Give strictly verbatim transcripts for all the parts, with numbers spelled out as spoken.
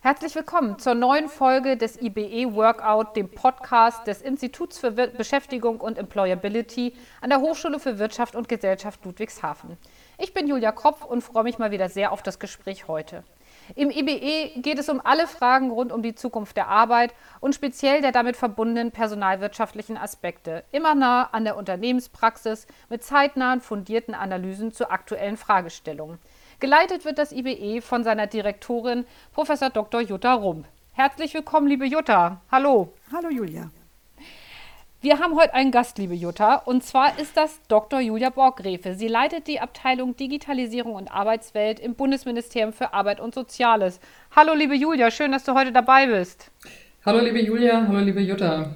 Herzlich willkommen zur neuen Folge des I B E Workout, dem Podcast des Instituts für Beschäftigung und Employability an der Hochschule für Wirtschaft und Gesellschaft Ludwigshafen. Ich bin Julia Kropf und freue mich mal wieder sehr auf das Gespräch heute. Im I B E geht es um alle Fragen rund um die Zukunft der Arbeit und speziell der damit verbundenen personalwirtschaftlichen Aspekte, immer nah an der Unternehmenspraxis mit zeitnahen, fundierten Analysen zu aktuellen Fragestellungen. Geleitet wird das I B E von seiner Direktorin Professor Doktor Jutta Rump. Herzlich willkommen, liebe Jutta. Hallo. Hallo, Julia. Wir haben heute einen Gast, liebe Jutta, und zwar ist das Doktor Julia Borgrefe. Sie leitet die Abteilung Digitalisierung und Arbeitswelt im Bundesministerium für Arbeit und Soziales. Hallo, liebe Julia, schön, dass du heute dabei bist. Hallo liebe Julia, hallo liebe Jutta.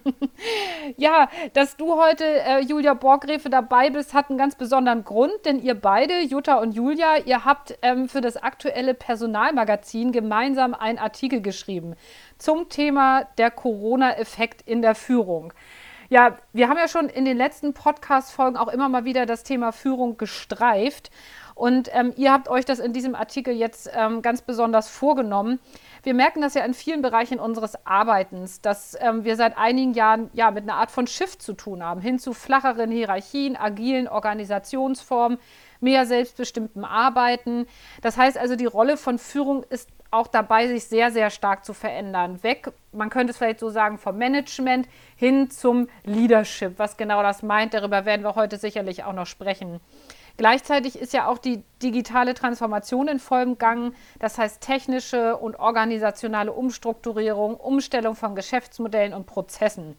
Ja, dass du heute, äh, Julia Borgrefe, dabei bist, hat einen ganz besonderen Grund, denn ihr beide, Jutta und Julia, ihr habt ähm, für das aktuelle Personalmagazin gemeinsam einen Artikel geschrieben zum Thema der Corona-Effekt in der Führung. Ja, wir haben ja schon in den letzten Podcast-Folgen auch immer mal wieder das Thema Führung gestreift. Und ähm, ihr habt euch das in diesem Artikel jetzt ähm, ganz besonders vorgenommen. Wir merken das ja in vielen Bereichen unseres Arbeitens, dass ähm, wir seit einigen Jahren ja mit einer Art von Shift zu tun haben, hin zu flacheren Hierarchien, agilen Organisationsformen, mehr selbstbestimmtem Arbeiten. Das heißt also, die Rolle von Führung ist auch dabei, sich sehr, sehr stark zu verändern. Weg, man könnte es vielleicht so sagen, vom Management hin zum Leadership. Was genau das meint, darüber werden wir heute sicherlich auch noch sprechen. Gleichzeitig ist ja auch die digitale Transformation in vollem Gang, das heißt technische und organisationale Umstrukturierung, Umstellung von Geschäftsmodellen und Prozessen.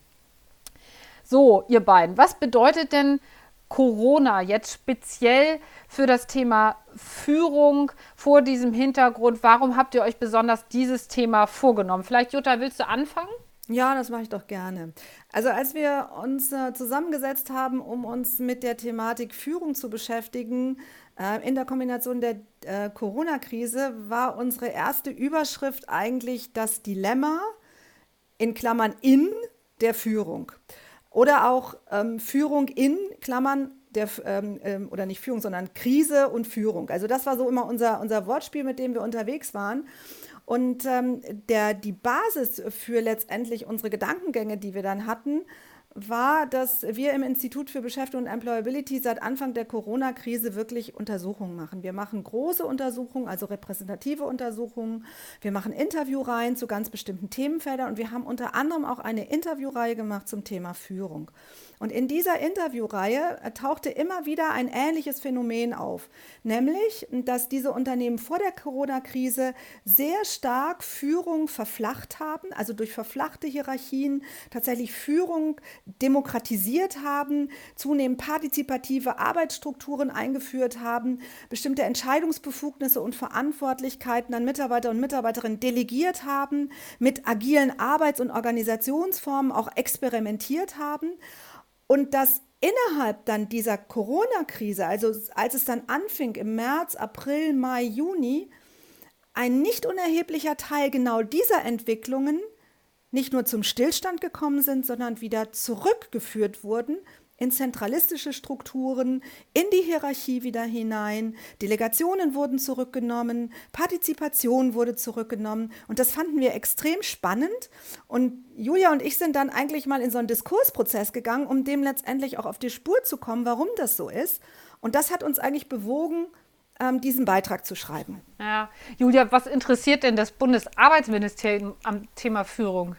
So, ihr beiden, was bedeutet denn Corona jetzt speziell für das Thema Führung vor diesem Hintergrund? Warum habt ihr euch besonders dieses Thema vorgenommen? Vielleicht, Jutta, willst du anfangen? Ja, das mache ich doch gerne. Also als wir uns äh, zusammengesetzt haben, um uns mit der Thematik Führung zu beschäftigen, äh, in der Kombination der äh, Corona-Krise, war unsere erste Überschrift eigentlich das Dilemma in Klammern in der Führung. Oder auch ähm, Führung in Klammern der, ähm, oder nicht Führung, sondern Krise und Führung. Also das war so immer unser, unser Wortspiel, mit dem wir unterwegs waren. Und ähm, der, die Basis für letztendlich unsere Gedankengänge, die wir dann hatten, war, dass wir im Institut für Beschäftigung und Employability seit Anfang der Corona-Krise wirklich Untersuchungen machen. Wir machen große Untersuchungen, also repräsentative Untersuchungen. Wir machen Interviewreihen zu ganz bestimmten Themenfeldern und wir haben unter anderem auch eine Interviewreihe gemacht zum Thema Führung. Und in dieser Interviewreihe tauchte immer wieder ein ähnliches Phänomen auf, nämlich, dass diese Unternehmen vor der Corona-Krise sehr stark Führung verflacht haben, also durch verflachte Hierarchien tatsächlich Führung demokratisiert haben, zunehmend partizipative Arbeitsstrukturen eingeführt haben, bestimmte Entscheidungsbefugnisse und Verantwortlichkeiten an Mitarbeiter und Mitarbeiterinnen delegiert haben, mit agilen Arbeits- und Organisationsformen auch experimentiert haben. Und dass innerhalb dann dieser Corona-Krise, also als es dann anfing im März, April, Mai, Juni, ein nicht unerheblicher Teil genau dieser Entwicklungen nicht nur zum Stillstand gekommen sind, sondern wieder zurückgeführt wurden in zentralistische Strukturen, in die Hierarchie wieder hinein. Delegationen wurden zurückgenommen, Partizipation wurde zurückgenommen und das fanden wir extrem spannend. Und Julia und ich sind dann eigentlich mal in so einen Diskursprozess gegangen, um dem letztendlich auch auf die Spur zu kommen, warum das so ist. Und das hat uns eigentlich bewogen, diesen Beitrag zu schreiben. Ja, Julia, was interessiert denn das Bundesarbeitsministerium am Thema Führung?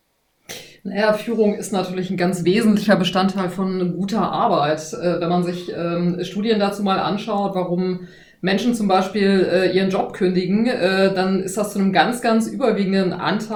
Naja, Führung ist natürlich ein ganz wesentlicher Bestandteil von guter Arbeit. Wenn man sich ähm, Studien dazu mal anschaut, warum Menschen zum Beispiel äh, ihren Job kündigen, äh, dann ist das zu einem ganz, ganz überwiegenden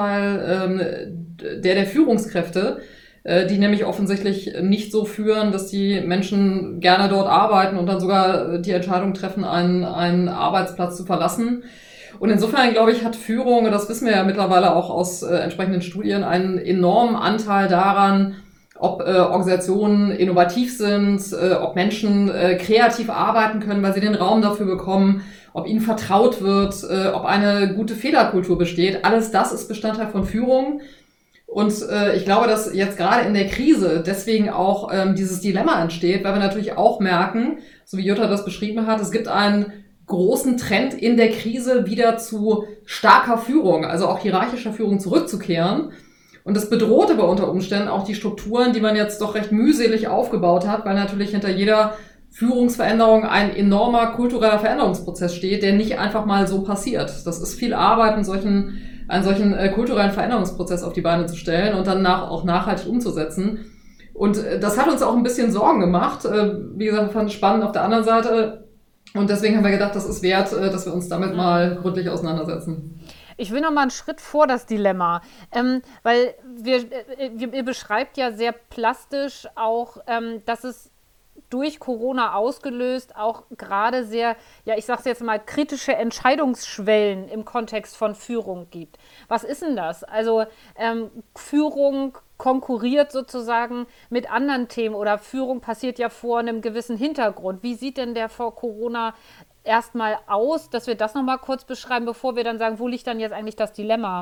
Anteil ähm, der der Führungskräfte, äh, die nämlich offensichtlich nicht so führen, dass die Menschen gerne dort arbeiten und dann sogar die Entscheidung treffen, einen, einen Arbeitsplatz zu verlassen. Und insofern, glaube ich, hat Führung, und das wissen wir ja mittlerweile auch aus äh, entsprechenden Studien, einen enormen Anteil daran, ob äh, Organisationen innovativ sind, äh, ob Menschen äh, kreativ arbeiten können, weil sie den Raum dafür bekommen, ob ihnen vertraut wird, äh, ob eine gute Fehlerkultur besteht. Alles das ist Bestandteil von Führung. Und äh, ich glaube, dass jetzt gerade in der Krise deswegen auch ähm, dieses Dilemma entsteht, weil wir natürlich auch merken, so wie Jutta das beschrieben hat, es gibt einen großen Trend in der Krise wieder zu starker Führung, also auch hierarchischer Führung zurückzukehren. Und das bedroht aber unter Umständen auch die Strukturen, die man jetzt doch recht mühselig aufgebaut hat, weil natürlich hinter jeder Führungsveränderung ein enormer kultureller Veränderungsprozess steht, der nicht einfach mal so passiert. Das ist viel Arbeit, einen solchen, einen solchen äh, kulturellen Veränderungsprozess auf die Beine zu stellen und dann nach, auch nachhaltig umzusetzen. Und äh, das hat uns auch ein bisschen Sorgen gemacht. Äh, wie gesagt, wir fanden es spannend auf der anderen Seite. Und deswegen haben wir gedacht, das ist wert, äh, dass wir uns damit mal gründlich auseinandersetzen. Ich will noch mal einen Schritt vor das Dilemma, ähm, weil wir, äh, ihr beschreibt ja sehr plastisch auch, ähm, dass es durch Corona ausgelöst auch gerade sehr, ja, ich sage es jetzt mal, kritische Entscheidungsschwellen im Kontext von Führung gibt. Was ist denn das? Also ähm, Führung konkurriert sozusagen mit anderen Themen oder Führung passiert ja vor einem gewissen Hintergrund. Wie sieht denn der vor Corona erstmal aus, dass wir das nochmal kurz beschreiben, bevor wir dann sagen, wo liegt dann jetzt eigentlich das Dilemma?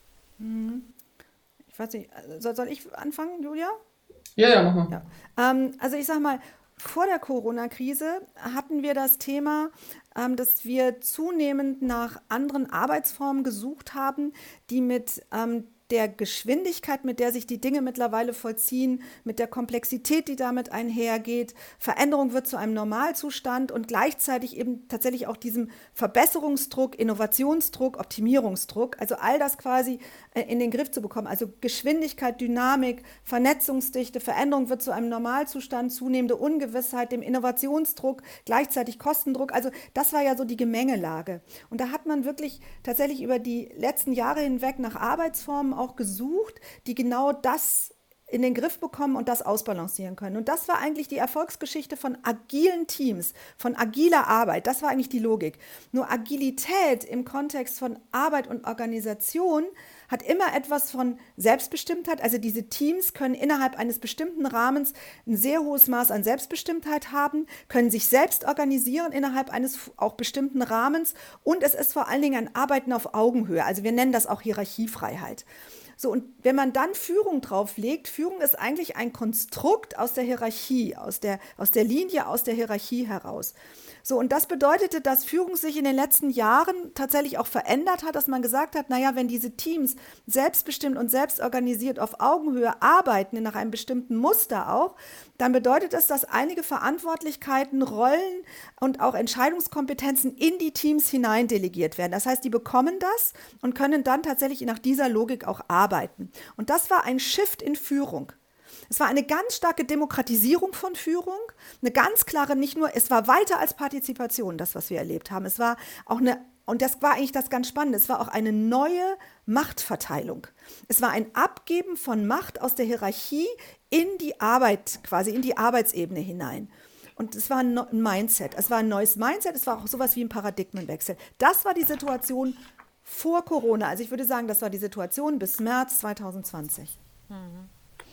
Ich weiß nicht, soll, soll ich anfangen, Julia? Ja, ja, mach mal. Ja. Ähm, also ich sag mal, vor der Corona-Krise hatten wir das Thema, ähm, dass wir zunehmend nach anderen Arbeitsformen gesucht haben, die mit ähm, der Geschwindigkeit, mit der sich die Dinge mittlerweile vollziehen, mit der Komplexität, die damit einhergeht. Veränderung wird zu einem Normalzustand und gleichzeitig eben tatsächlich auch diesem Verbesserungsdruck, Innovationsdruck, Optimierungsdruck, also all das quasi in den Griff zu bekommen. Also Geschwindigkeit, Dynamik, Vernetzungsdichte, Veränderung wird zu einem Normalzustand, zunehmende Ungewissheit, dem Innovationsdruck, gleichzeitig Kostendruck. Also das war ja so die Gemengelage. Und da hat man wirklich tatsächlich über die letzten Jahre hinweg nach Arbeitsformen auch gesucht, die genau das in den Griff bekommen und das ausbalancieren können. Und das war eigentlich die Erfolgsgeschichte von agilen Teams, von agiler Arbeit. Das war eigentlich die Logik. Nur Agilität im Kontext von Arbeit und Organisation hat immer etwas von Selbstbestimmtheit. Also diese Teams können innerhalb eines bestimmten Rahmens ein sehr hohes Maß an Selbstbestimmtheit haben, können sich selbst organisieren innerhalb eines auch bestimmten Rahmens. Und es ist vor allen Dingen ein Arbeiten auf Augenhöhe. Also wir nennen das auch Hierarchiefreiheit. So, und wenn man dann Führung drauflegt, Führung ist eigentlich ein Konstrukt aus der Hierarchie, aus der, aus der Linie, aus der Hierarchie heraus. So, und das bedeutete, dass Führung sich in den letzten Jahren tatsächlich auch verändert hat, dass man gesagt hat, naja, wenn diese Teams selbstbestimmt und selbstorganisiert auf Augenhöhe arbeiten, nach einem bestimmten Muster auch, dann bedeutet das, dass einige Verantwortlichkeiten, Rollen und auch Entscheidungskompetenzen in die Teams hinein delegiert werden. Das heißt, die bekommen das und können dann tatsächlich nach dieser Logik auch arbeiten. Und das war ein Shift in Führung. Es war eine ganz starke Demokratisierung von Führung, eine ganz klare, nicht nur, es war weiter als Partizipation, das, was wir erlebt haben. Es war auch eine, und das war eigentlich das ganz Spannende, es war auch eine neue Machtverteilung. Es war ein Abgeben von Macht aus der Hierarchie in die Arbeit, quasi in die Arbeitsebene hinein. Und es war ein Mindset, es war ein neues Mindset, es war auch sowas wie ein Paradigmenwechsel. Das war die Situation vor Corona. Also ich würde sagen, das war die Situation bis März zwanzig zwanzig. Mhm.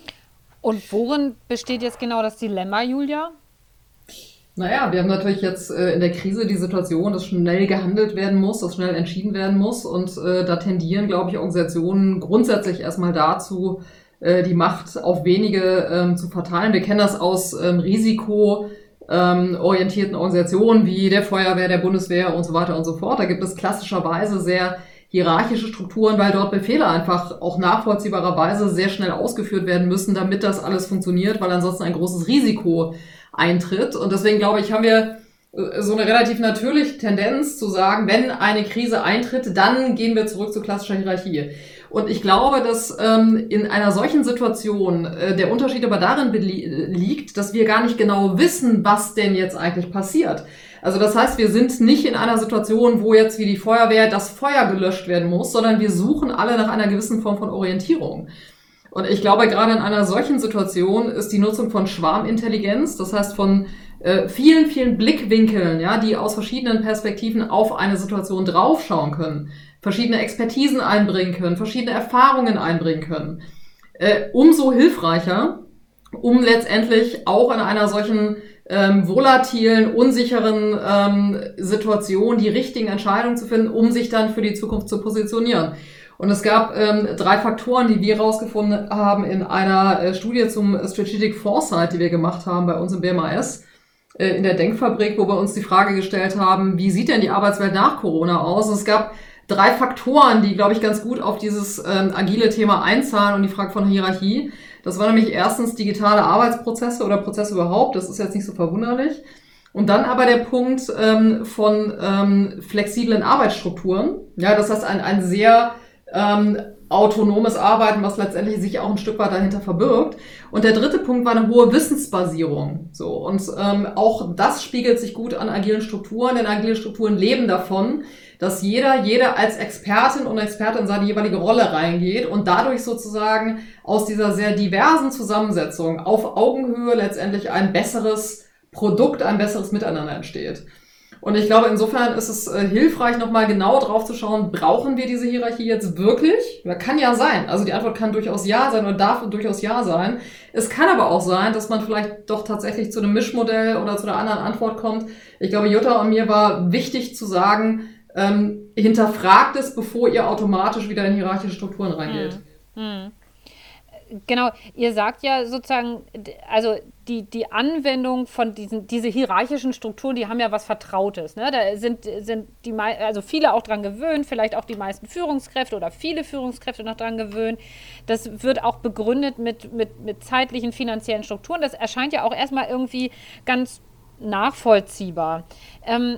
Und worin besteht jetzt genau das Dilemma, Julia? Naja, wir haben natürlich jetzt äh, in der Krise die Situation, dass schnell gehandelt werden muss, dass schnell entschieden werden muss. Und äh, da tendieren, glaube ich, Organisationen grundsätzlich erstmal dazu, äh, die Macht auf wenige ähm, zu verteilen. Wir kennen das aus ähm, risikoorientierten ähm, Organisationen wie der Feuerwehr, der Bundeswehr und so weiter und so fort. Da gibt es klassischerweise sehr hierarchische Strukturen, weil dort Befehle einfach auch nachvollziehbarerweise sehr schnell ausgeführt werden müssen, damit das alles funktioniert, weil ansonsten ein großes Risiko eintritt. Und deswegen, glaube ich, haben wir so eine relativ natürliche Tendenz zu sagen, wenn eine Krise eintritt, dann gehen wir zurück zu klassischer Hierarchie. Und ich glaube, dass ähm, in einer solchen Situation äh, der Unterschied aber darin liegt, dass wir gar nicht genau wissen, was denn jetzt eigentlich passiert. Also das heißt, wir sind nicht in einer Situation, wo jetzt wie die Feuerwehr das Feuer gelöscht werden muss, sondern wir suchen alle nach einer gewissen Form von Orientierung. Und ich glaube, gerade in einer solchen Situation ist die Nutzung von Schwarmintelligenz, das heißt von äh, vielen, vielen Blickwinkeln, ja, die aus verschiedenen Perspektiven auf eine Situation draufschauen können, verschiedene Expertisen einbringen können, verschiedene Erfahrungen einbringen können, äh, umso hilfreicher, um letztendlich auch in einer solchen ähm, volatilen, unsicheren ähm, Situation die richtigen Entscheidungen zu finden, um sich dann für die Zukunft zu positionieren. Und es gab ähm, drei Faktoren, die wir herausgefunden haben in einer äh, Studie zum Strategic Foresight, die wir gemacht haben bei uns im B M A S. äh, in der Denkfabrik, wo wir uns die Frage gestellt haben, wie sieht denn die Arbeitswelt nach Corona aus? Und es gab drei Faktoren, die, glaube ich, ganz gut auf dieses ähm, agile Thema einzahlen und die Frage von Hierarchie. Das war nämlich erstens digitale Arbeitsprozesse oder Prozesse überhaupt. Das ist jetzt nicht so verwunderlich. Und dann aber der Punkt ähm, von ähm, flexiblen Arbeitsstrukturen. Ja, das heißt ein, ein sehr ähm, autonomes Arbeiten, was letztendlich sich auch ein Stück weit dahinter verbirgt. Und der dritte Punkt war eine hohe Wissensbasierung. So, und ähm, auch das spiegelt sich gut an agilen Strukturen, denn agile Strukturen leben davon, dass jeder, jeder als Expertin und Experte in seine jeweilige Rolle reingeht und dadurch sozusagen aus dieser sehr diversen Zusammensetzung auf Augenhöhe letztendlich ein besseres Produkt, ein besseres Miteinander entsteht. Und ich glaube, insofern ist es äh, hilfreich, nochmal genau drauf zu schauen, brauchen wir diese Hierarchie jetzt wirklich? Das kann ja sein. Also die Antwort kann durchaus ja sein oder darf durchaus ja sein. Es kann aber auch sein, dass man vielleicht doch tatsächlich zu einem Mischmodell oder zu einer anderen Antwort kommt. Ich glaube, Jutta und mir war wichtig zu sagen, ähm, hinterfragt es, bevor ihr automatisch wieder in hierarchische Strukturen reingeht. Hm. Hm. Genau, ihr sagt ja sozusagen, also die, die Anwendung von diesen diese hierarchischen Strukturen, die haben ja was Vertrautes. Ne? Da sind, sind die, also viele auch dran gewöhnt, vielleicht auch die meisten Führungskräfte oder viele Führungskräfte noch dran gewöhnt. Das wird auch begründet mit, mit, mit zeitlichen, finanziellen Strukturen. Das erscheint ja auch erstmal irgendwie ganz nachvollziehbar. Ähm,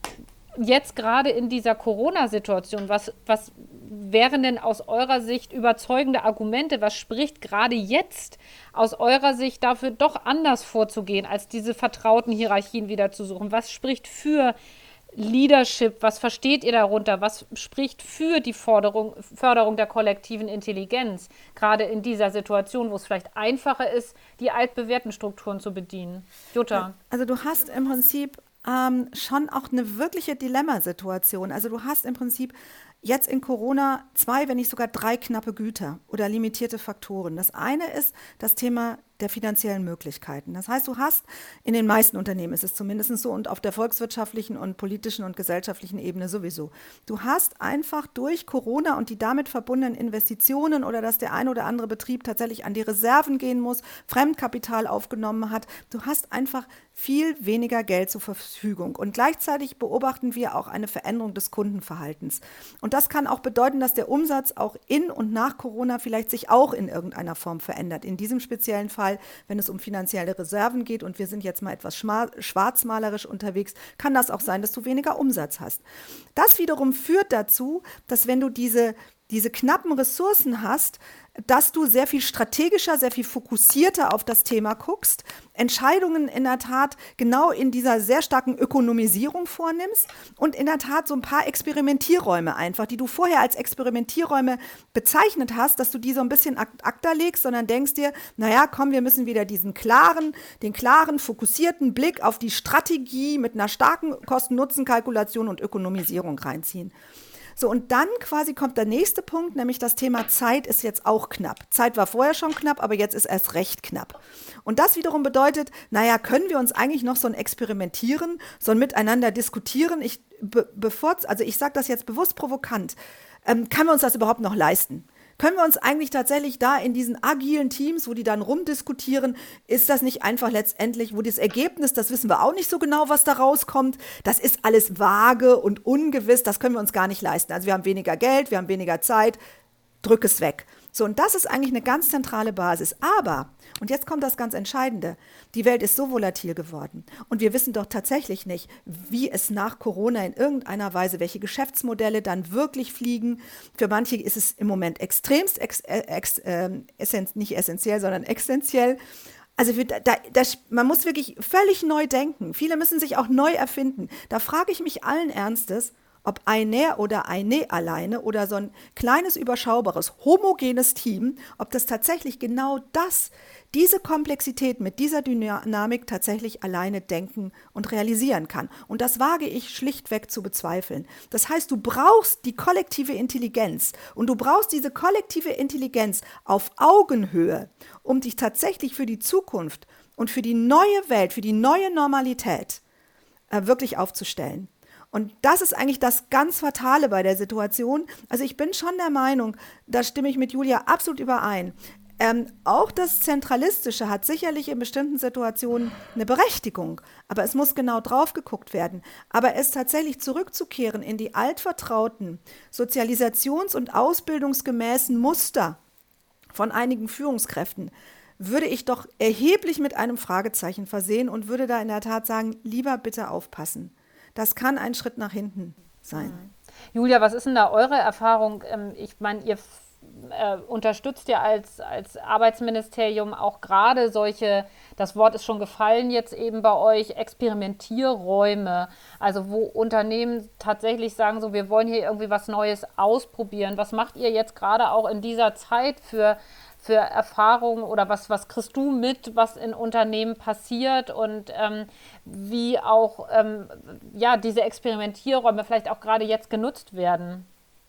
Jetzt gerade in dieser Corona-Situation, was, was wären denn aus eurer Sicht überzeugende Argumente? Was spricht gerade jetzt aus eurer Sicht dafür, doch anders vorzugehen, als diese vertrauten Hierarchien wieder zu suchen? Was spricht für Leadership? Was versteht ihr darunter? Was spricht für die Forderung, Förderung der kollektiven Intelligenz? Gerade in dieser Situation, wo es vielleicht einfacher ist, die altbewährten Strukturen zu bedienen. Jutta? Also du hast im Prinzip Ähm, schon auch eine wirkliche Dilemmasituation. Also du hast im Prinzip jetzt in Corona zwei, wenn nicht sogar drei knappe Güter oder limitierte Faktoren. Das eine ist das Thema der finanziellen Möglichkeiten. Das heißt, du hast, in den meisten Unternehmen ist es zumindest so und auf der volkswirtschaftlichen und politischen und gesellschaftlichen Ebene sowieso. Du hast einfach durch Corona und die damit verbundenen Investitionen oder dass der ein oder andere Betrieb tatsächlich an die Reserven gehen muss, Fremdkapital aufgenommen hat, du hast einfach viel weniger Geld zur Verfügung. Und gleichzeitig beobachten wir auch eine Veränderung des Kundenverhaltens. Und das kann auch bedeuten, dass der Umsatz auch in und nach Corona vielleicht sich auch in irgendeiner Form verändert. In diesem speziellen Fall, wenn es um finanzielle Reserven geht und wir sind jetzt mal etwas schwarzmalerisch unterwegs, kann das auch sein, dass du weniger Umsatz hast. Das wiederum führt dazu, dass wenn du diese, diese knappen Ressourcen hast, dass du sehr viel strategischer, sehr viel fokussierter auf das Thema guckst, Entscheidungen in der Tat genau in dieser sehr starken Ökonomisierung vornimmst und in der Tat so ein paar Experimentierräume einfach, die du vorher als Experimentierräume bezeichnet hast, dass du die so ein bisschen ad acta legst, sondern denkst dir, naja, komm, wir müssen wieder diesen klaren, den klaren, fokussierten Blick auf die Strategie mit einer starken Kosten-Nutzen-Kalkulation und Ökonomisierung reinziehen. So, und dann quasi kommt der nächste Punkt, nämlich das Thema Zeit ist jetzt auch knapp. Zeit war vorher schon knapp, aber jetzt ist erst recht knapp. Und das wiederum bedeutet, naja, können wir uns eigentlich noch so ein Experimentieren, so ein Miteinander diskutieren? Ich be bevor, also ich sage das jetzt bewusst provokant, ähm, kann wir uns das überhaupt noch leisten? Können wir uns eigentlich tatsächlich da in diesen agilen Teams, wo die dann rumdiskutieren, ist das nicht einfach letztendlich, wo das Ergebnis, das wissen wir auch nicht so genau, was da rauskommt, das ist alles vage und ungewiss, das können wir uns gar nicht leisten. Also wir haben weniger Geld, wir haben weniger Zeit, drück es weg. So, und das ist eigentlich eine ganz zentrale Basis. Aber, und jetzt kommt das ganz Entscheidende, die Welt ist so volatil geworden und wir wissen doch tatsächlich nicht, wie es nach Corona in irgendeiner Weise, welche Geschäftsmodelle dann wirklich fliegen. Für manche ist es im Moment extremst, ex, ex, äh, essen, nicht essentiell, sondern existenziell. Also wir, da, da, man muss wirklich völlig neu denken. Viele müssen sich auch neu erfinden. Da frage ich mich allen Ernstes, ob einer oder eine alleine oder so ein kleines, überschaubares, homogenes Team, ob das tatsächlich genau das, diese Komplexität mit dieser Dynamik tatsächlich alleine denken und realisieren kann. Und das wage ich schlichtweg zu bezweifeln. Das heißt, du brauchst die kollektive Intelligenz und du brauchst diese kollektive Intelligenz auf Augenhöhe, um dich tatsächlich für die Zukunft und für die neue Welt, für die neue Normalität äh, wirklich aufzustellen. Und das ist eigentlich das ganz Fatale bei der Situation. Also ich bin schon der Meinung, da stimme ich mit Julia absolut überein, Ähm, auch das Zentralistische hat sicherlich in bestimmten Situationen eine Berechtigung, aber es muss genau drauf geguckt werden. Aber es tatsächlich zurückzukehren in die altvertrauten sozialisations- und ausbildungsgemäßen Muster von einigen Führungskräften, würde ich doch erheblich mit einem Fragezeichen versehen und würde da in der Tat sagen, lieber bitte aufpassen. Das kann ein Schritt nach hinten sein. Julia, was ist denn da eure Erfahrung? Ähm, Ich meine, ihr äh, unterstützt ja als, als Arbeitsministerium auch gerade solche, das Wort ist schon gefallen jetzt eben bei euch, Experimentierräume, also wo Unternehmen tatsächlich sagen, so wir wollen hier irgendwie was Neues ausprobieren. Was macht ihr jetzt gerade auch in dieser Zeit für, für Erfahrungen oder was, was kriegst du mit, was in Unternehmen passiert und ähm, wie auch ähm, ja, diese Experimentierräume vielleicht auch gerade jetzt genutzt werden?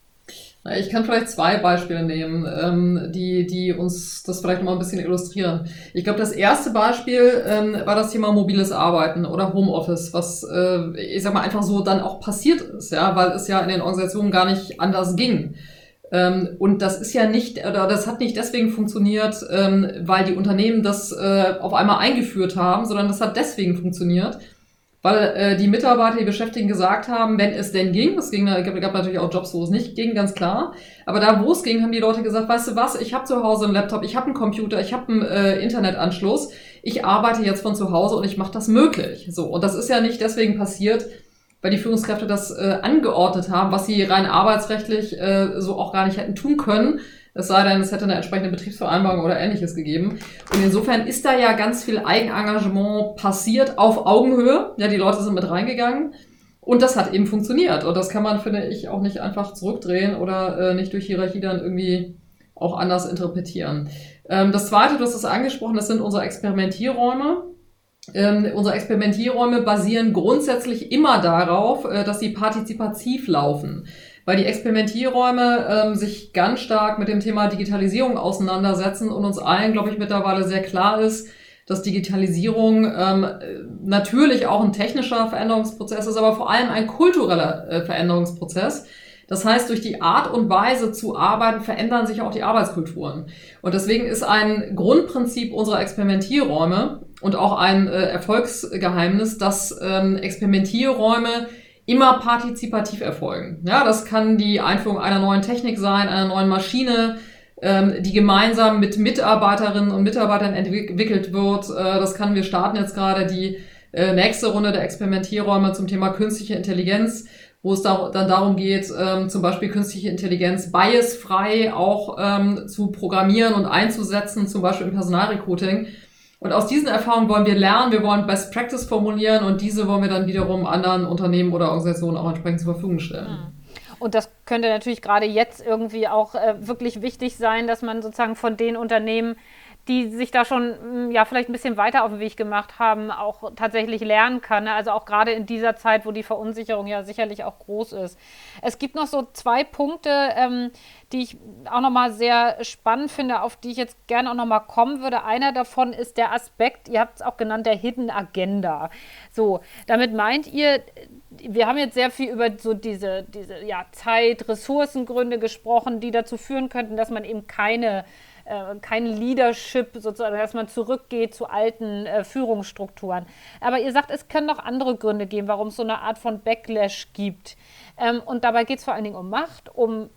Ich kann vielleicht zwei Beispiele nehmen, ähm, die, die uns das vielleicht noch mal ein bisschen illustrieren. Ich glaube, das erste Beispiel ähm, war das Thema mobiles Arbeiten oder Homeoffice, was, äh, ich sag mal, einfach so dann auch passiert ist, ja, weil es ja in den Organisationen gar nicht anders ging. Ähm, und das ist ja nicht, oder das hat nicht deswegen funktioniert, ähm, weil die Unternehmen das äh, auf einmal eingeführt haben, sondern das hat deswegen funktioniert, weil äh, die Mitarbeiter, die Beschäftigten gesagt haben, wenn es denn ging, es ging, es gab natürlich auch Jobs, wo es nicht ging, ganz klar, aber da, wo es ging, haben die Leute gesagt, weißt du was, ich habe zu Hause einen Laptop, ich habe einen Computer, ich habe einen äh, Internetanschluss, ich arbeite jetzt von zu Hause und ich mache das möglich. So, und das ist ja nicht deswegen passiert, weil die Führungskräfte das äh, angeordnet haben, was sie rein arbeitsrechtlich äh, so auch gar nicht hätten tun können, es sei denn, es hätte eine entsprechende Betriebsvereinbarung oder Ähnliches gegeben. Und insofern ist da ja ganz viel Eigenengagement passiert auf Augenhöhe. Ja, die Leute sind mit reingegangen. Und das hat eben funktioniert. Und das kann man, finde ich, auch nicht einfach zurückdrehen oder äh, nicht durch Hierarchie dann irgendwie auch anders interpretieren. Ähm, das Zweite, du hast es angesprochen, das sind unsere Experimentierräume. Ähm, unsere Experimentierräume basieren grundsätzlich immer darauf, äh, dass sie partizipativ laufen. Weil die Experimentierräume ähm, sich ganz stark mit dem Thema Digitalisierung auseinandersetzen und uns allen, glaube ich, mittlerweile sehr klar ist, dass Digitalisierung ähm, natürlich auch ein technischer Veränderungsprozess ist, aber vor allem ein kultureller äh, Veränderungsprozess. Das heißt, durch die Art und Weise zu arbeiten verändern sich auch die Arbeitskulturen. Und deswegen ist ein Grundprinzip unserer Experimentierräume und auch ein äh, Erfolgsgeheimnis, dass ähm, Experimentierräume immer partizipativ erfolgen. Ja, das kann die Einführung einer neuen Technik sein, einer neuen Maschine, ähm, die gemeinsam mit Mitarbeiterinnen und Mitarbeitern entwickelt wird. Äh, das kann, wir starten jetzt gerade die äh, nächste Runde der Experimentierräume zum Thema künstliche Intelligenz, wo es da, dann darum geht, ähm, zum Beispiel künstliche Intelligenz biasfrei auch ähm, zu programmieren und einzusetzen, zum Beispiel im Personalrecruiting. Und aus diesen Erfahrungen wollen wir lernen, wir wollen Best Practice formulieren und diese wollen wir dann wiederum anderen Unternehmen oder Organisationen auch entsprechend zur Verfügung stellen. Und das könnte natürlich gerade jetzt irgendwie auch äh, wirklich wichtig sein, dass man sozusagen von den Unternehmen, die sich da schon ja vielleicht ein bisschen weiter auf den Weg gemacht haben, auch tatsächlich lernen kann. Ne? Also auch gerade in dieser Zeit, wo die Verunsicherung ja sicherlich auch groß ist. Es gibt noch so zwei Punkte, ähm, die ich auch nochmal sehr spannend finde, auf die ich jetzt gerne auch nochmal kommen würde. Einer davon ist der Aspekt, ihr habt es auch genannt, der Hidden Agenda. So, damit meint ihr, wir haben jetzt sehr viel über so diese, diese ja, Zeit, Ressourcengründe gesprochen, die dazu führen könnten, dass man eben keine Äh, kein Leadership, sozusagen, dass man zurückgeht zu alten äh, Führungsstrukturen. Aber ihr sagt, es können noch andere Gründe geben, warum es so eine Art von Backlash gibt. Ähm, und dabei geht es vor allen Dingen um Macht, um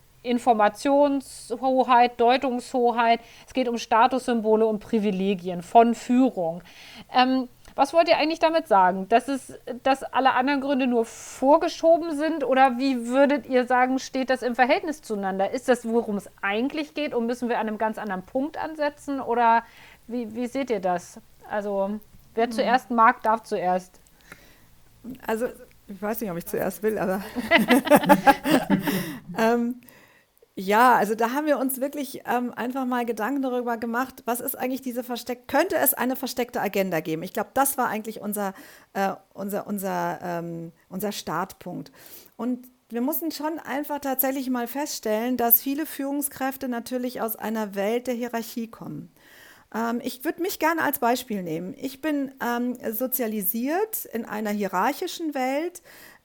Informationshoheit, Deutungshoheit. Es geht um Statussymbole und Privilegien von Führung. Ähm, Was wollt ihr eigentlich damit sagen? Dass, es, dass alle anderen Gründe nur vorgeschoben sind? Oder wie würdet ihr sagen, steht das im Verhältnis zueinander? Ist das, worum es eigentlich geht? Und müssen wir an einem ganz anderen Punkt ansetzen? Oder wie, wie seht ihr das? Also, wer mhm. zuerst mag, darf zuerst. Also, ich weiß nicht, ob ich zuerst will, aber... ähm, Ja, also da haben wir uns wirklich ähm, einfach mal Gedanken darüber gemacht, was ist eigentlich diese versteckte, könnte es eine versteckte Agenda geben? Ich glaube, das war eigentlich unser, äh, unser, unser, ähm, unser Startpunkt. Und wir mussten schon einfach tatsächlich mal feststellen, dass viele Führungskräfte natürlich aus einer Welt der Hierarchie kommen. Ähm, ich würde mich gerne als Beispiel nehmen. Ich bin ähm, sozialisiert in einer hierarchischen Welt.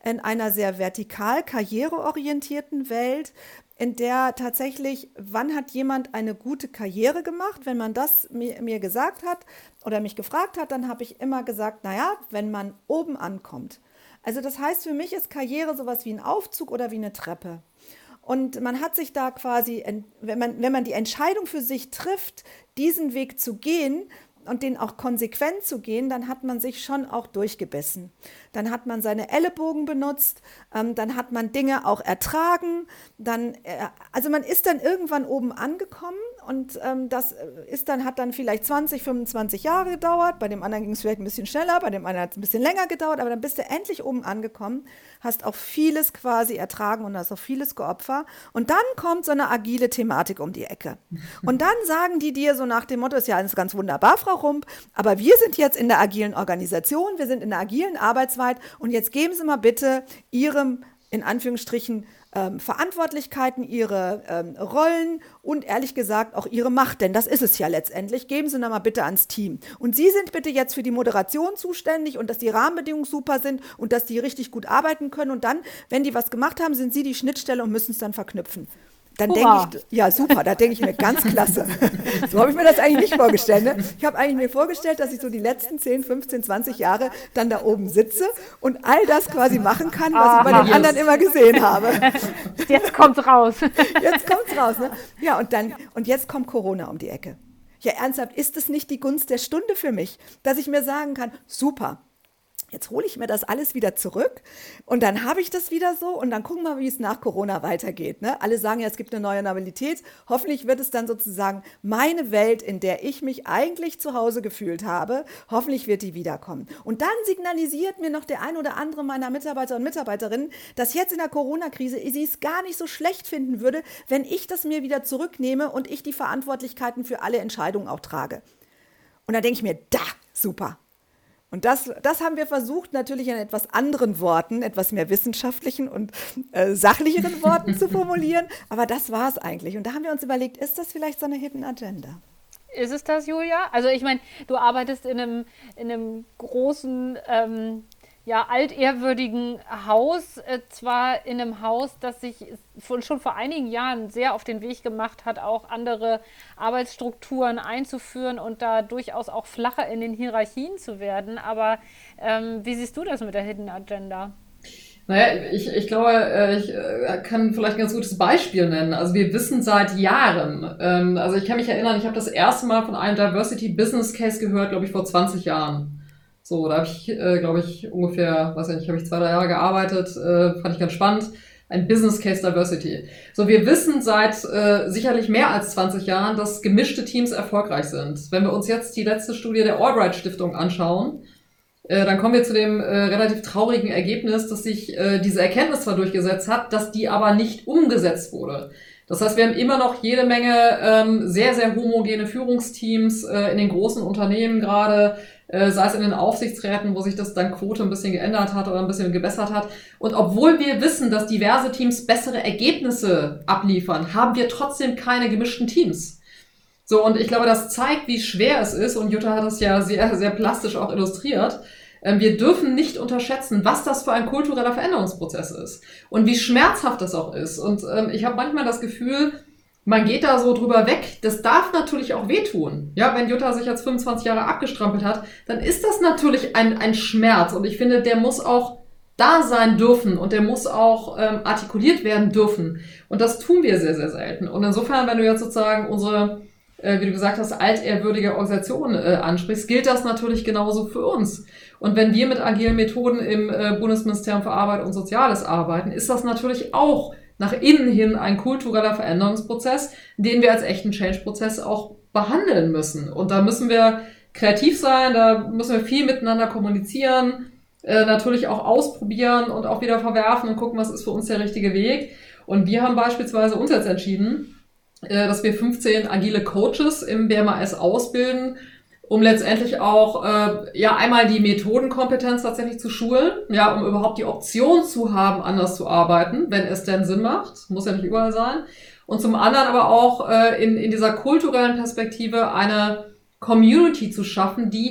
in einer sehr vertikal karriereorientierten Welt, in der tatsächlich, wann hat jemand eine gute Karriere gemacht? Wenn man das mir, mir gesagt hat oder mich gefragt hat, dann habe ich immer gesagt, naja, wenn man oben ankommt. Also das heißt, für mich ist Karriere sowas wie ein Aufzug oder wie eine Treppe. Und man hat sich da quasi, wenn man, wenn man die Entscheidung für sich trifft, diesen Weg zu gehen und den auch konsequent zu gehen, dann hat man sich schon auch durchgebissen. Dann hat man seine Ellenbogen benutzt, ähm, dann hat man Dinge auch ertragen, dann, äh, also man ist dann irgendwann oben angekommen und ähm, das ist dann, hat dann vielleicht zwanzig, fünfundzwanzig Jahre gedauert, bei dem anderen ging es vielleicht ein bisschen schneller, bei dem anderen hat es ein bisschen länger gedauert, aber dann bist du endlich oben angekommen, hast auch vieles quasi ertragen und hast auch vieles geopfert und dann kommt so eine agile Thematik um die Ecke. Und dann sagen die dir so nach dem Motto, ist ja alles ganz wunderbar, Frau Rump, aber wir sind jetzt in der agilen Organisation, wir sind in der agilen Arbeitsweise und jetzt geben Sie mal bitte Ihrem, in Anführungsstrichen, ähm, Verantwortlichkeiten, Ihre ähm, Rollen und ehrlich gesagt auch Ihre Macht, denn das ist es ja letztendlich, geben Sie noch mal bitte ans Team. Und Sie sind bitte jetzt für die Moderation zuständig und dass die Rahmenbedingungen super sind und dass die richtig gut arbeiten können und dann, wenn die was gemacht haben, sind Sie die Schnittstelle und müssen es dann verknüpfen. Dann denke ich, ja super, da denke ich mir, ganz klasse. So habe ich mir das eigentlich nicht vorgestellt. Ne? Ich habe eigentlich mir vorgestellt, dass ich so die letzten zehn, fünfzehn, zwanzig Jahre dann da oben sitze und all das quasi machen kann, was Aha. ich bei den anderen immer gesehen habe. Jetzt kommt's raus. Jetzt kommt's raus. Ne? Ja, und dann, und jetzt kommt Corona um die Ecke. Ja, ernsthaft, ist es nicht die Gunst der Stunde für mich, dass ich mir sagen kann, super, jetzt hole ich mir das alles wieder zurück und dann habe ich das wieder so und dann gucken wir, wie es nach Corona weitergeht. Ne? Alle sagen ja, es gibt eine neue Normalität. Hoffentlich wird es dann sozusagen meine Welt, in der ich mich eigentlich zu Hause gefühlt habe, hoffentlich wird die wiederkommen. Und dann signalisiert mir noch der ein oder andere meiner Mitarbeiter und Mitarbeiterinnen, dass jetzt in der Corona-Krise sie es gar nicht so schlecht finden würde, wenn ich das mir wieder zurücknehme und ich die Verantwortlichkeiten für alle Entscheidungen auch trage. Und dann denke ich mir, da, super. Und das, das haben wir versucht, natürlich in etwas anderen Worten, etwas mehr wissenschaftlichen und äh, sachlicheren Worten zu formulieren. Aber das war es eigentlich. Und da haben wir uns überlegt, ist das vielleicht so eine Hidden Agenda? Ist es das, Julia? Also ich meine, du arbeitest in einem, in einem großen, ähm, ja, altehrwürdigen Haus, äh, zwar in einem Haus, das sich von, schon vor einigen Jahren sehr auf den Weg gemacht hat, auch andere Arbeitsstrukturen einzuführen und da durchaus auch flacher in den Hierarchien zu werden. Aber ähm, wie siehst du das mit der Hidden Agenda? Naja, ich, ich glaube, ich kann vielleicht ein ganz gutes Beispiel nennen. Also wir wissen seit Jahren, ähm, also ich kann mich erinnern, ich habe das erste Mal von einem Diversity Business Case gehört, glaube ich, vor zwanzig Jahren. So, da habe ich, äh, glaube ich, ungefähr, weiß ich nicht, habe ich zwei, drei Jahre gearbeitet, äh, fand ich ganz spannend. Ein Business Case Diversity. So, wir wissen seit äh, sicherlich mehr als zwanzig Jahren, dass gemischte Teams erfolgreich sind. Wenn wir uns jetzt die letzte Studie der Albright Stiftung anschauen, äh, dann kommen wir zu dem äh, relativ traurigen Ergebnis, dass sich äh, diese Erkenntnis zwar durchgesetzt hat, dass die aber nicht umgesetzt wurde. Das heißt, wir haben immer noch jede Menge ähm, sehr, sehr homogene Führungsteams äh, in den großen Unternehmen gerade, äh, sei es in den Aufsichtsräten, wo sich das dann Quote ein bisschen geändert hat oder ein bisschen gebessert hat. Und obwohl wir wissen, dass diverse Teams bessere Ergebnisse abliefern, haben wir trotzdem keine gemischten Teams. So, und ich glaube, das zeigt, wie schwer es ist, und Jutta hat es ja sehr, sehr plastisch auch illustriert. Wir dürfen nicht unterschätzen, was das für ein kultureller Veränderungsprozess ist und wie schmerzhaft das auch ist. Und ähm, ich habe manchmal das Gefühl, man geht da so drüber weg. Das darf natürlich auch wehtun. Ja, wenn Jutta sich jetzt fünfundzwanzig Jahre abgestrampelt hat, dann ist das natürlich ein, ein Schmerz. Und ich finde, der muss auch da sein dürfen und der muss auch ähm, artikuliert werden dürfen. Und das tun wir sehr, sehr selten. Und insofern, wenn du jetzt sozusagen unsere, äh, wie du gesagt hast, altehrwürdige Organisation äh, ansprichst, gilt das natürlich genauso für uns. Und wenn wir mit agilen Methoden im äh, Bundesministerium für Arbeit und Soziales arbeiten, ist das natürlich auch nach innen hin ein kultureller Veränderungsprozess, den wir als echten Change-Prozess auch behandeln müssen. Und da müssen wir kreativ sein, da müssen wir viel miteinander kommunizieren, äh, natürlich auch ausprobieren und auch wieder verwerfen und gucken, was ist für uns der richtige Weg. Und wir haben beispielsweise uns jetzt entschieden, äh, dass wir fünfzehn agile Coaches im B M A S ausbilden, um letztendlich auch äh, ja einmal die Methodenkompetenz tatsächlich zu schulen, ja, um überhaupt die Option zu haben, anders zu arbeiten, wenn es denn Sinn macht, muss ja nicht überall sein. Und zum anderen aber auch äh, in in dieser kulturellen Perspektive eine Community zu schaffen, die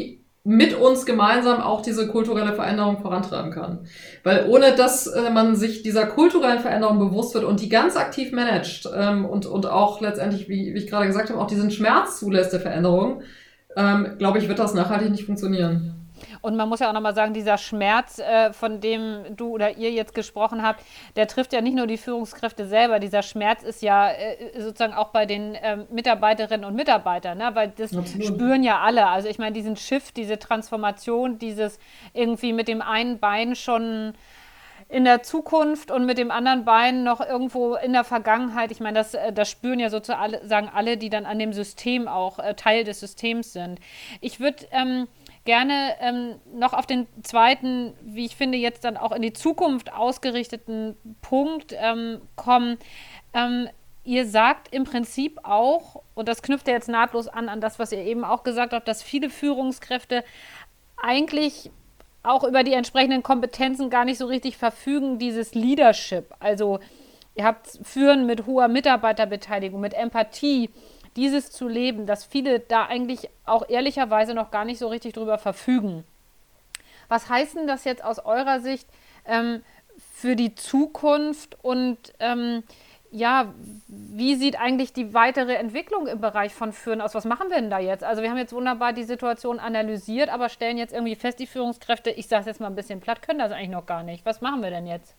mit uns gemeinsam auch diese kulturelle Veränderung vorantreiben kann. Weil ohne dass äh, man sich dieser kulturellen Veränderung bewusst wird und die ganz aktiv managt ähm, und, und auch letztendlich, wie, wie ich gerade gesagt habe, auch diesen Schmerz zulässt der Veränderung, ähm, glaube ich, wird das nachhaltig nicht funktionieren. Und man muss ja auch nochmal sagen, dieser Schmerz, äh, von dem du oder ihr jetzt gesprochen habt, der trifft ja nicht nur die Führungskräfte selber. Dieser Schmerz ist ja äh, sozusagen auch bei den ähm, Mitarbeiterinnen und Mitarbeitern, ne? Weil das Absolut. Spüren ja alle. Also ich meine, diesen Shift, diese Transformation, dieses irgendwie mit dem einen Bein schon in der Zukunft und mit dem anderen Bein noch irgendwo in der Vergangenheit. Ich meine, das, das spüren ja sozusagen alle, die dann an dem System auch äh, Teil des Systems sind. Ich würde ähm, gerne ähm, noch auf den zweiten, wie ich finde, jetzt dann auch in die Zukunft ausgerichteten Punkt ähm, kommen. Ähm, ihr sagt im Prinzip auch, und das knüpft ja jetzt nahtlos an, an das, was ihr eben auch gesagt habt, dass viele Führungskräfte eigentlich auch über die entsprechenden Kompetenzen gar nicht so richtig verfügen, dieses Leadership. Also ihr habt Führen mit hoher Mitarbeiterbeteiligung, mit Empathie, dieses zu leben, dass viele da eigentlich auch ehrlicherweise noch gar nicht so richtig drüber verfügen. Was heißt denn das jetzt aus eurer Sicht ähm, für die Zukunft und ähm, ja, wie sieht eigentlich die weitere Entwicklung im Bereich von Führen aus? Was machen wir denn da jetzt? Also wir haben jetzt wunderbar die Situation analysiert, aber stellen jetzt irgendwie fest, die Führungskräfte, ich sage es jetzt mal ein bisschen platt, können das eigentlich noch gar nicht. Was machen wir denn jetzt?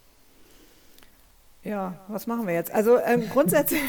Ja, was machen wir jetzt? Also ähm, grundsätzlich,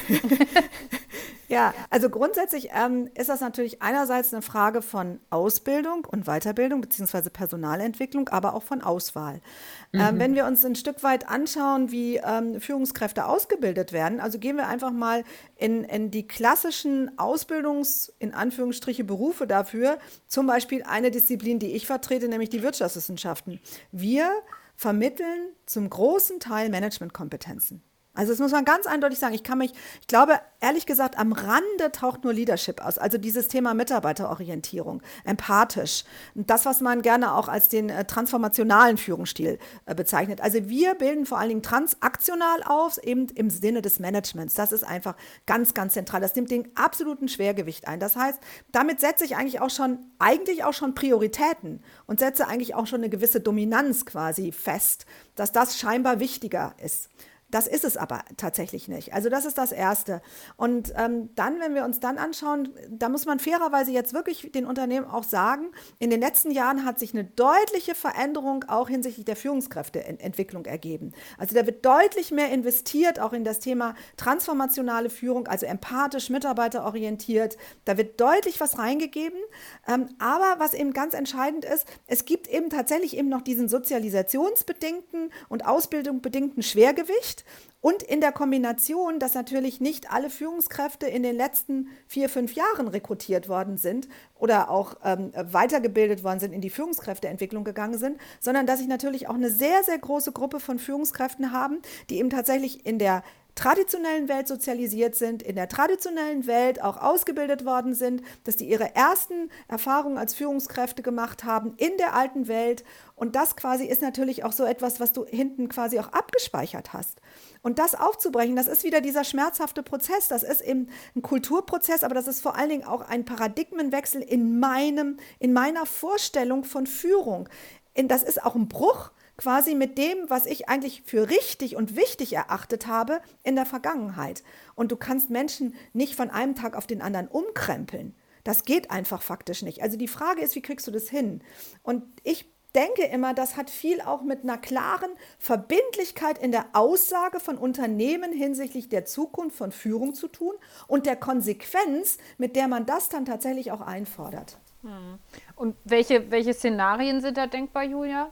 ja, also grundsätzlich ähm, ist das natürlich einerseits eine Frage von Ausbildung und Weiterbildung beziehungsweise Personalentwicklung, aber auch von Auswahl. Mhm. Ähm, wenn wir uns ein Stück weit anschauen, wie ähm, Führungskräfte ausgebildet werden, also gehen wir einfach mal in, in die klassischen Ausbildungs-, in Anführungsstriche, Berufe dafür, zum Beispiel eine Disziplin, die ich vertrete, nämlich die Wirtschaftswissenschaften. Wir vermitteln zum großen Teil Managementkompetenzen. Also das muss man ganz eindeutig sagen. Ich kann mich, ich glaube, ehrlich gesagt, am Rande taucht nur Leadership aus. Also dieses Thema Mitarbeiterorientierung, empathisch. Das, was man gerne auch als den äh, transformationalen Führungsstil äh, bezeichnet. Also wir bilden vor allen Dingen transaktional auf, eben im Sinne des Managements. Das ist einfach ganz, ganz zentral. Das nimmt den absoluten Schwergewicht ein. Das heißt, damit setze ich eigentlich auch schon, eigentlich auch schon Prioritäten und setze eigentlich auch schon eine gewisse Dominanz quasi fest, dass das scheinbar wichtiger ist. Das ist es aber tatsächlich nicht. Also das ist das Erste. Und ähm, dann, wenn wir uns dann anschauen, da muss man fairerweise jetzt wirklich den Unternehmen auch sagen, in den letzten Jahren hat sich eine deutliche Veränderung auch hinsichtlich der Führungskräfteentwicklung ergeben. Also da wird deutlich mehr investiert, auch in das Thema transformationale Führung, also empathisch, mitarbeiterorientiert. Da wird deutlich was reingegeben. Ähm, aber was eben ganz entscheidend ist, es gibt eben tatsächlich eben noch diesen sozialisationsbedingten und ausbildungsbedingten Schwergewicht. Und in der Kombination, dass natürlich nicht alle Führungskräfte in den letzten vier, fünf Jahren rekrutiert worden sind oder auch ähm, weitergebildet worden sind, in die Führungskräfteentwicklung gegangen sind, sondern dass ich natürlich auch eine sehr, sehr große Gruppe von Führungskräften haben, die eben tatsächlich in der traditionellen Welt sozialisiert sind, in der traditionellen Welt auch ausgebildet worden sind, dass die ihre ersten Erfahrungen als Führungskräfte gemacht haben in der alten Welt. Und das quasi ist natürlich auch so etwas, was du hinten quasi auch abgespeichert hast. Und das aufzubrechen, das ist wieder dieser schmerzhafte Prozess. Das ist eben ein Kulturprozess, aber das ist vor allen Dingen auch ein Paradigmenwechsel in meinem, in meiner Vorstellung von Führung. Das ist auch ein Bruch quasi mit dem, was ich eigentlich für richtig und wichtig erachtet habe in der Vergangenheit. Und du kannst Menschen nicht von einem Tag auf den anderen umkrempeln. Das geht einfach faktisch nicht. Also die Frage ist, wie kriegst du das hin? Und ich denke immer, das hat viel auch mit einer klaren Verbindlichkeit in der Aussage von Unternehmen hinsichtlich der Zukunft von Führung zu tun und der Konsequenz, mit der man das dann tatsächlich auch einfordert. Und welche, welche Szenarien sind da denkbar, Julia?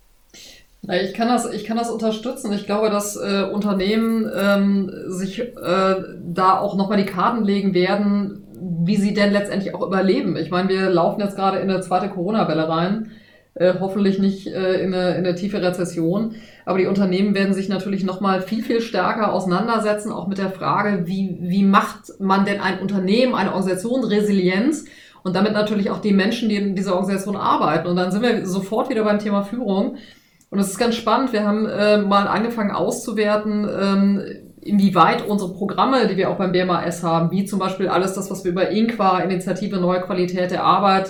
Ich kann das, ich kann das unterstützen. Ich glaube, dass äh, Unternehmen ähm, sich äh, da auch nochmal die Karten legen werden, wie sie denn letztendlich auch überleben. Ich meine, wir laufen jetzt gerade in eine zweite Corona-Welle rein, äh, hoffentlich nicht äh, in, eine, in eine tiefe Rezession. Aber die Unternehmen werden sich natürlich nochmal viel, viel stärker auseinandersetzen, auch mit der Frage, wie, wie macht man denn ein Unternehmen, eine Organisation Resilienz und damit natürlich auch die Menschen, die in dieser Organisation arbeiten. Und dann sind wir sofort wieder beim Thema Führung. Und es ist ganz spannend, wir haben äh, mal angefangen auszuwerten, ähm, inwieweit unsere Programme, die wir auch beim B M A S haben, wie zum Beispiel alles das, was wir über Inqua, Initiative Neue Qualität der Arbeit,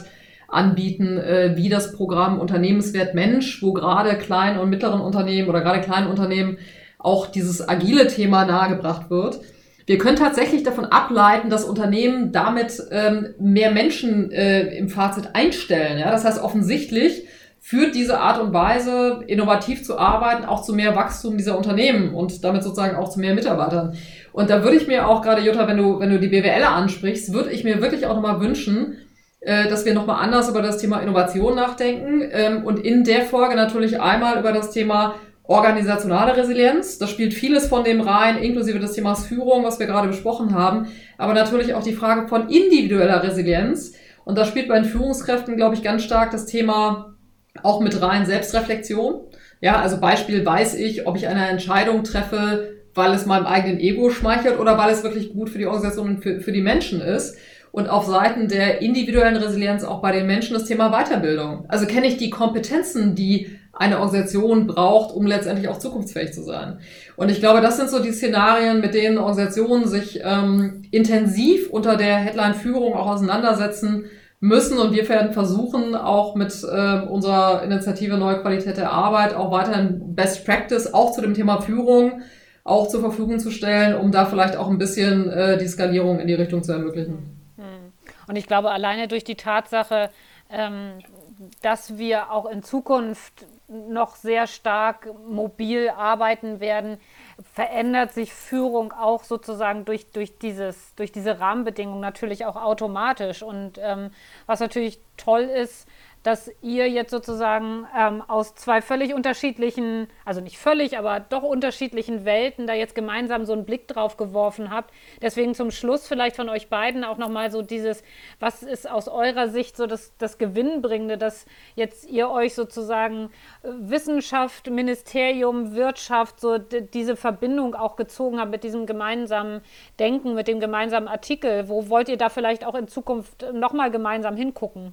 anbieten, äh, wie das Programm Unternehmenswert Mensch, wo gerade kleinen und mittleren Unternehmen oder gerade kleinen Unternehmen auch dieses agile Thema nahegebracht wird. Wir können tatsächlich davon ableiten, dass Unternehmen damit ähm, mehr Menschen äh, im Fazit einstellen. Ja? Das heißt, offensichtlich führt diese Art und Weise, innovativ zu arbeiten, auch zu mehr Wachstum dieser Unternehmen und damit sozusagen auch zu mehr Mitarbeitern. Und da würde ich mir auch gerade, Jutta, wenn du, wenn du die B W Ler ansprichst, würde ich mir wirklich auch nochmal wünschen, äh, dass wir nochmal anders über das Thema Innovation nachdenken ähm, und in der Folge natürlich einmal über das Thema organisationale Resilienz. Das spielt vieles von dem rein, inklusive des Themas Führung, was wir gerade besprochen haben, aber natürlich auch die Frage von individueller Resilienz. Und da spielt bei den Führungskräften, glaube ich, ganz stark das Thema auch mit rein Selbstreflexion. Ja, also Beispiel, weiß ich, ob ich eine Entscheidung treffe, weil es meinem eigenen Ego schmeichelt oder weil es wirklich gut für die Organisation und für, für die Menschen ist. Und auf Seiten der individuellen Resilienz auch bei den Menschen das Thema Weiterbildung. Also kenne ich die Kompetenzen, die eine Organisation braucht, um letztendlich auch zukunftsfähig zu sein. Und ich glaube, das sind so die Szenarien, mit denen Organisationen sich ähm, intensiv unter der Headline Führung auch auseinandersetzen müssen. Und wir werden versuchen, auch mit äh, unserer Initiative Neue Qualität der Arbeit auch weiterhin Best Practice auch zu dem Thema Führung auch zur Verfügung zu stellen, um da vielleicht auch ein bisschen äh, die Skalierung in die Richtung zu ermöglichen. Und ich glaube, alleine durch die Tatsache, ähm, dass wir auch in Zukunft noch sehr stark mobil arbeiten werden, verändert sich Führung auch sozusagen durch, durch, dieses, durch diese Rahmenbedingungen natürlich auch automatisch. Und ähm, was natürlich toll ist, dass ihr jetzt sozusagen ähm, aus zwei völlig unterschiedlichen, also nicht völlig, aber doch unterschiedlichen Welten da jetzt gemeinsam so einen Blick drauf geworfen habt. Deswegen zum Schluss vielleicht von euch beiden auch nochmal so dieses, was ist aus eurer Sicht so das, das Gewinnbringende, dass jetzt ihr euch sozusagen Wissenschaft, Ministerium, Wirtschaft, so d- diese Verbindung auch gezogen habt mit diesem gemeinsamen Denken, mit dem gemeinsamen Artikel. Wo wollt ihr da vielleicht auch in Zukunft nochmal gemeinsam hingucken?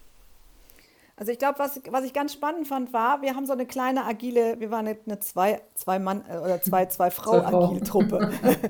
Also ich glaube, was, was ich ganz spannend fand, war, wir haben so eine kleine agile, wir waren eine, eine zwei, zwei Mann äh, oder zwei, zwei Frau agile Truppe.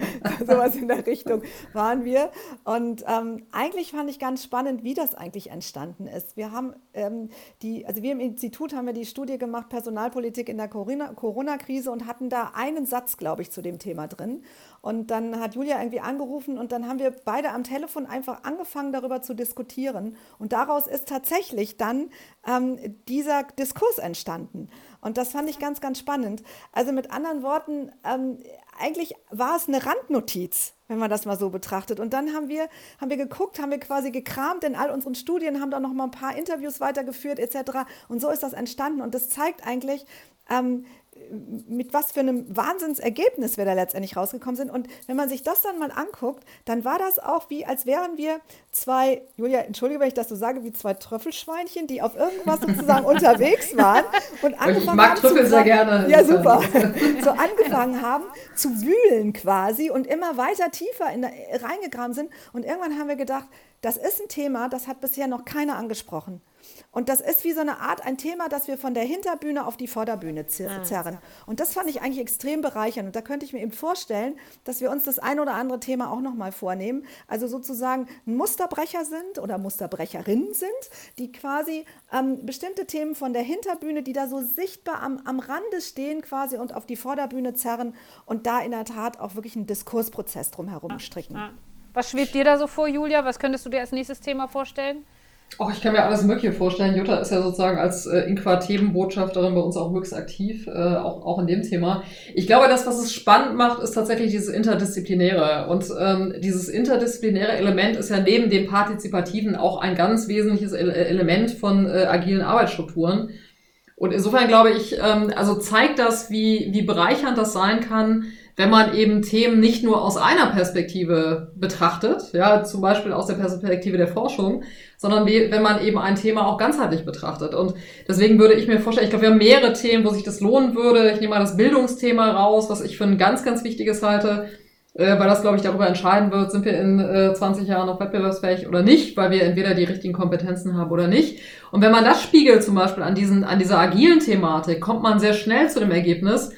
Sowas in der Richtung waren wir. Und ähm, eigentlich fand ich ganz spannend, wie das eigentlich entstanden ist. Wir haben ähm, die, also wir im Institut haben wir die Studie gemacht, Personalpolitik in der Corona- Corona-Krise und hatten da einen Satz, glaube ich, zu dem Thema drin. Und dann hat Julia irgendwie angerufen und dann haben wir beide am Telefon einfach angefangen, darüber zu diskutieren. Und daraus ist tatsächlich dann ähm, dieser Diskurs entstanden. Und das fand ich ganz, ganz spannend. Also mit anderen Worten, ähm, eigentlich war es eine Randnotiz, wenn man das mal so betrachtet. Und dann haben wir, haben wir geguckt, haben wir quasi gekramt in all unseren Studien, haben da noch mal ein paar Interviews weitergeführt et cetera. Und so ist das entstanden. Und das zeigt eigentlich, ähm, mit was für einem Wahnsinnsergebnis wir da letztendlich rausgekommen sind. Und wenn man sich das dann mal anguckt, dann war das auch wie, als wären wir zwei, Julia, entschuldige, wenn ich das so sage, wie zwei Trüffelschweinchen, die auf irgendwas sozusagen unterwegs waren und angefangen ich mag haben Trüffel zu, sehr gerne. Ja, super. So angefangen haben zu wühlen quasi und immer weiter tiefer in der, reingegraben sind. Und irgendwann haben wir gedacht, das ist ein Thema, das hat bisher noch keiner angesprochen. Und das ist wie so eine Art, ein Thema, das wir von der Hinterbühne auf die Vorderbühne zerren. Und das fand ich eigentlich extrem bereichernd. Und da könnte ich mir eben vorstellen, dass wir uns das ein oder andere Thema auch nochmal vornehmen. Also sozusagen ein Musterbrecher sind oder Musterbrecherinnen sind, die quasi ähm, bestimmte Themen von der Hinterbühne, die da so sichtbar am, am Rande stehen quasi und auf die Vorderbühne zerren und da in der Tat auch wirklich einen Diskursprozess drumherum stricken. Ja. Was schwebt dir da so vor, Julia? Was könntest du dir als nächstes Thema vorstellen? Oh, ich kann mir alles Mögliche vorstellen. Jutta ist ja sozusagen als äh, Inqua-Themenbotschafterin bei uns auch höchst aktiv, äh, auch, auch in dem Thema. Ich glaube, das, was es spannend macht, ist tatsächlich dieses Interdisziplinäre. Und ähm, dieses interdisziplinäre Element ist ja neben dem Partizipativen auch ein ganz wesentliches Ele- Element von äh, agilen Arbeitsstrukturen. Und insofern glaube ich, ähm, also zeigt das, wie, wie bereichernd das sein kann, wenn man eben Themen nicht nur aus einer Perspektive betrachtet, ja, zum Beispiel aus der Perspektive der Forschung, sondern wie, wenn man eben ein Thema auch ganzheitlich betrachtet. Und deswegen würde ich mir vorstellen, ich glaube, wir haben mehrere Themen, wo sich das lohnen würde. Ich nehme mal das Bildungsthema raus, was ich für ein ganz, ganz wichtiges halte, äh, weil das, glaube ich, darüber entscheiden wird, sind wir in äh, zwanzig Jahren noch wettbewerbsfähig oder nicht, weil wir entweder die richtigen Kompetenzen haben oder nicht. Und wenn man das spiegelt zum Beispiel an diesen, an dieser agilen Thematik, kommt man sehr schnell zu dem Ergebnis,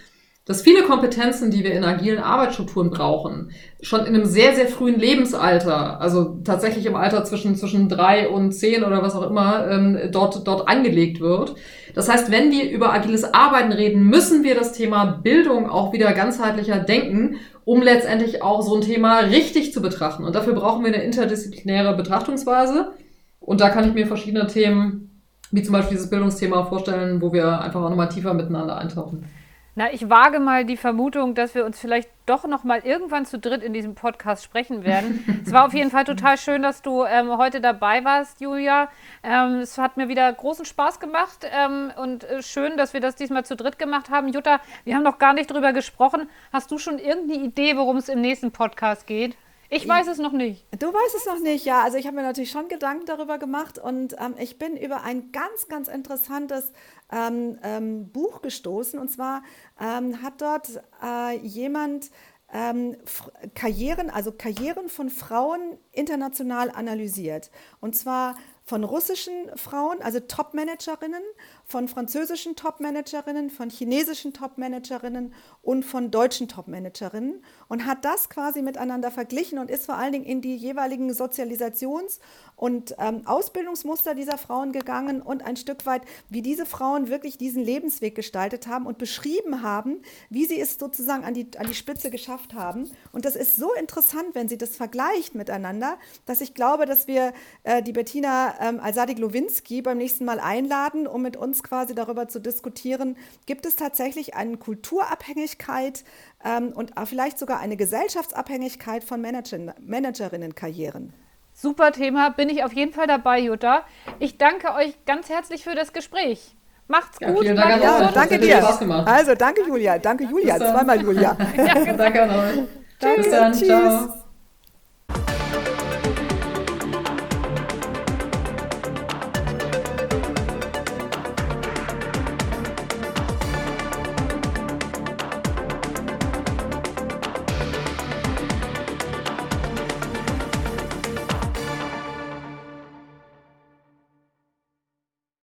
dass viele Kompetenzen, die wir in agilen Arbeitsstrukturen brauchen, schon in einem sehr, sehr frühen Lebensalter, also tatsächlich im Alter zwischen, zwischen drei und zehn oder was auch immer, ähm, dort, dort angelegt wird. Das heißt, wenn wir über agiles Arbeiten reden, müssen wir das Thema Bildung auch wieder ganzheitlicher denken, um letztendlich auch so ein Thema richtig zu betrachten. Und dafür brauchen wir eine interdisziplinäre Betrachtungsweise. Und da kann ich mir verschiedene Themen, wie zum Beispiel dieses Bildungsthema, vorstellen, wo wir einfach auch nochmal tiefer miteinander eintauchen. Na, ich wage mal die Vermutung, dass wir uns vielleicht doch noch mal irgendwann zu dritt in diesem Podcast sprechen werden. Es war auf jeden Fall total schön, dass du ähm, heute dabei warst, Julia. Ähm, es hat mir wieder großen Spaß gemacht ähm, und äh, schön, dass wir das diesmal zu dritt gemacht haben. Jutta, wir haben noch gar nicht drüber gesprochen. Hast du schon irgendeine Idee, worum es im nächsten Podcast geht? Ich weiß es noch nicht. Du weißt es noch nicht, ja. Also ich habe mir natürlich schon Gedanken darüber gemacht und ähm, ich bin über ein ganz, ganz interessantes ähm, ähm, Buch gestoßen. Und zwar ähm, hat dort äh, jemand ähm, Karrieren, also Karrieren von Frauen international analysiert. Und zwar von russischen Frauen, also Top-Managerinnen, von französischen Top-Managerinnen, von chinesischen Top-Managerinnen und von deutschen Top-Managerinnen und hat das quasi miteinander verglichen und ist vor allen Dingen in die jeweiligen Sozialisations- und ähm, Ausbildungsmuster dieser Frauen gegangen und ein Stück weit, wie diese Frauen wirklich diesen Lebensweg gestaltet haben und beschrieben haben, wie sie es sozusagen an die, an die Spitze geschafft haben. Und das ist so interessant, wenn sie das vergleicht miteinander, dass ich glaube, dass wir äh, die Bettina ähm, Alsadi-Glowinski beim nächsten Mal einladen, um mit uns quasi darüber zu diskutieren, gibt es tatsächlich eine Kulturabhängigkeit ähm, und vielleicht sogar eine Gesellschaftsabhängigkeit von Manager- Managerinnenkarrieren. Super Thema, bin ich auf jeden Fall dabei, Jutta. Ich danke euch ganz herzlich für das Gespräch. Macht's Ja, gut. vielen Dank an Ja, euch. danke Das hat dir. Spaß gemacht. Also danke Julia, danke Julia, Bis dann. zweimal Julia. Danke an euch. Tschüss. Bis dann. Tschüss. Ciao.